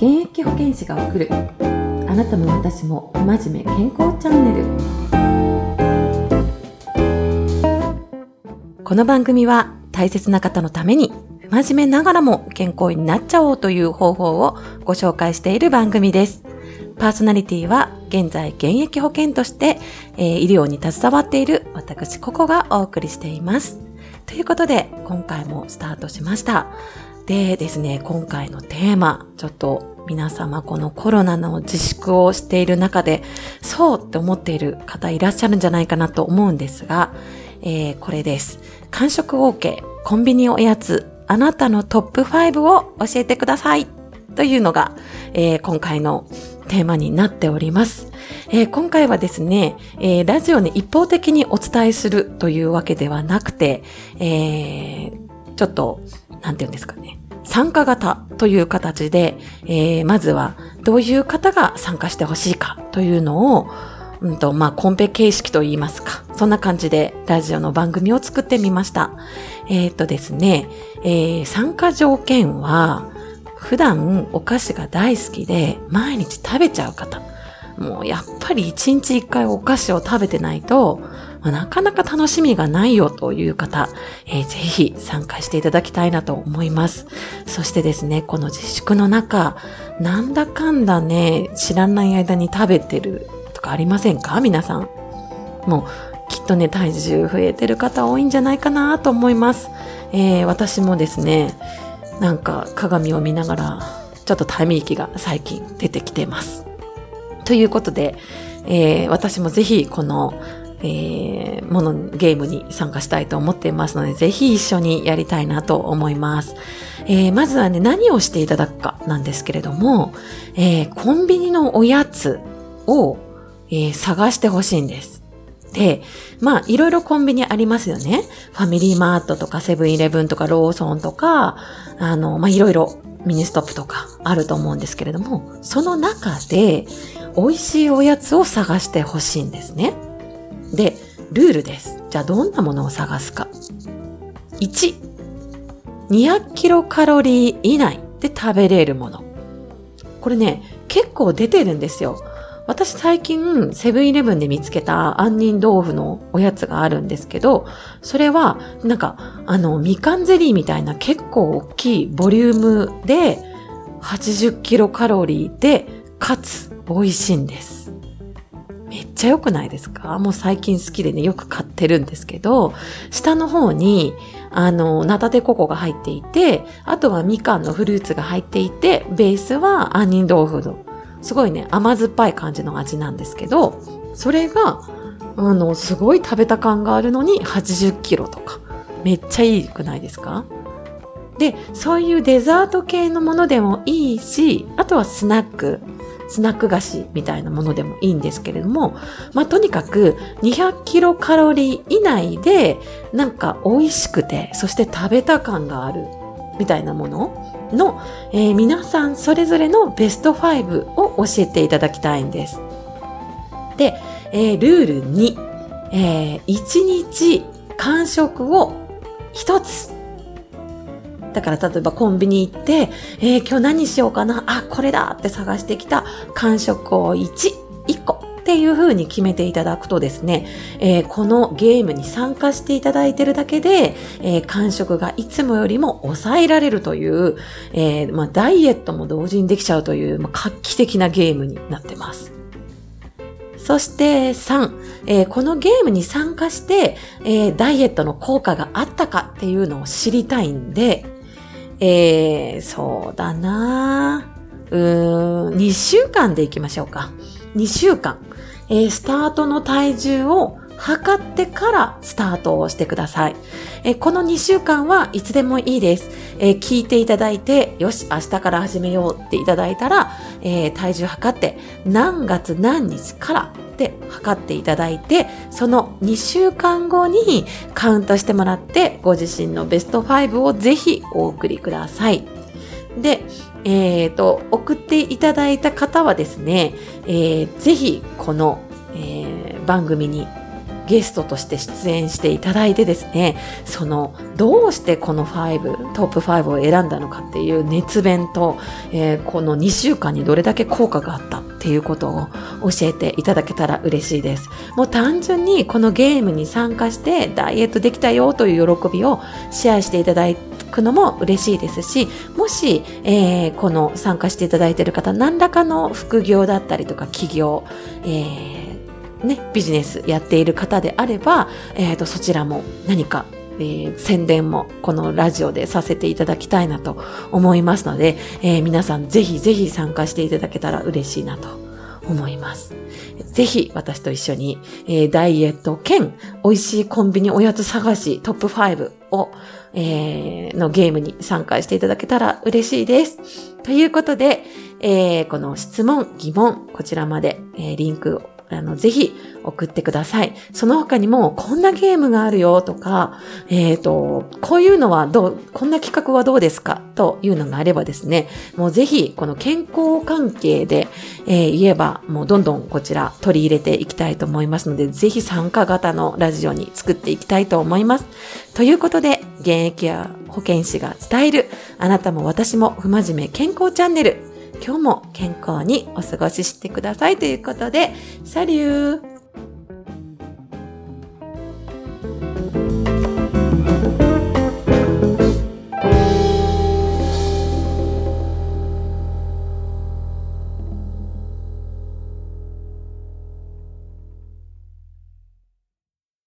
現役保健師が送るあなたも私も不真面目健康チャンネル。この番組は大切な方のために不真面目ながらも健康になっちゃおうという方法をご紹介している番組です。パーソナリティは現在現役保健として、医療に携わっている私ココがお送りしています。ということで今回もスタートしました。でですね、今回のテーマ、ちょっと皆様このコロナの自粛をしている中でそうって思っている方いらっしゃるんじゃないかなと思うんですが、これです。間食 OK コンビニおやつあなたのトップ5を教えてくださいというのが、今回のテーマになっております。今回はですね、ラジオに一方的にお伝えするというわけではなくて、ちょっとなんていうんですかね、参加型という形で、まずはどういう方が参加してほしいかというのを、コンペ形式といいますか、そんな感じでラジオの番組を作ってみました。ですね、参加条件は、普段お菓子が大好きで毎日食べちゃう方、もうやっぱり1日1回お菓子を食べてないと、なかなか楽しみがないよという方、ぜひ参加していただきたいなと思います。そしてですね、この自粛の中、なんだかんだね、知らない間に食べてるとかありませんか？皆さん。もうきっとね、体重増えてる方多いんじゃないかなと思います。私もですね、なんか鏡を見ながらちょっとため息が最近出てきてます。ということで、私もぜひこのゲームに参加したいと思っていますので、ぜひ一緒にやりたいなと思います。まずはね、何をしていただくかなんですけれども、コンビニのおやつを、探してほしいんです。で、いろいろコンビニありますよね。ファミリーマートとかセブンイレブンとかローソンとか、いろいろミニストップとかあると思うんですけれども、その中で美味しいおやつを探してほしいんですね。で、ルールです。じゃあどんなものを探すか。1、200キロカロリー以内で食べれるもの。これね、結構出てるんですよ。私最近セブンイレブンで見つけた杏仁豆腐のおやつがあるんですけど、それはなんかみかんゼリーみたいな結構大きいボリュームで80キロカロリーでかつ美味しいんです。めっちゃ良くないですか？もう最近好きでね、よく買ってるんですけど、下の方にナタデココが入っていて、あとはみかんのフルーツが入っていて、ベースは杏仁豆腐のすごいね、甘酸っぱい感じの味なんですけど、それがすごい食べた感があるのに80キロとか、めっちゃいいくないですか？で、そういうデザート系のものでもいいし、あとはスナック菓子みたいなものでもいいんですけれども、とにかく200キロカロリー以内でなんか美味しくて、そして食べた感があるみたいなものの、皆さんそれぞれのベスト5を教えていただきたいんです。で、ルール2、1日間食を1つ。だから例えばコンビニ行って、今日何しようかな、これだって探してきた間食を1個っていう風に決めていただくとですね、このゲームに参加していただいているだけで、間食がいつもよりも抑えられるという、ダイエットも同時にできちゃうという、画期的なゲームになってます。そして3、このゲームに参加して、ダイエットの効果があったかっていうのを知りたいんで、そうだな2週間でいきましょうか。2週間、スタートの体重を測ってからスタートをしてください。この2週間はいつでもいいです。聞いていただいて、よし、明日から始めようっていただいたら、体重測って何月何日からって測っていただいて、その2週間後にカウントしてもらって、ご自身のベスト5をぜひお送りください。で、送っていただいた方はですね、ぜひこの、番組にゲストとして出演していただいてですね、どうしてこのトップ5を選んだのかっていう熱弁と、この2週間にどれだけ効果があったっていうことを教えていただけたら嬉しいです。もう単純にこのゲームに参加してダイエットできたよという喜びをシェアしていただくのも嬉しいですし、もし、この参加していただいている方、何らかの副業だったりとか企業、ビジネスやっている方であれば、そちらも何か、宣伝もこのラジオでさせていただきたいなと思いますので、皆さんぜひぜひ参加していただけたら嬉しいなと思います。ぜひ私と一緒に、ダイエット兼美味しいコンビニおやつ探しトップ5を、のゲームに参加していただけたら嬉しいです。ということで、この質問、疑問、こちらまで、リンクをぜひ送ってください。その他にも、こんなゲームがあるよとか、こういうのはこんな企画はどうですかというのがあればですね、もうぜひ、この健康関係で、言えば、もうどんどんこちら取り入れていきたいと思いますので、ぜひ参加型のラジオに作っていきたいと思います。ということで、現役や保健師が伝える、あなたも私も不真面目健康チャンネル、今日も健康にお過ごししてくださいということで、サリュー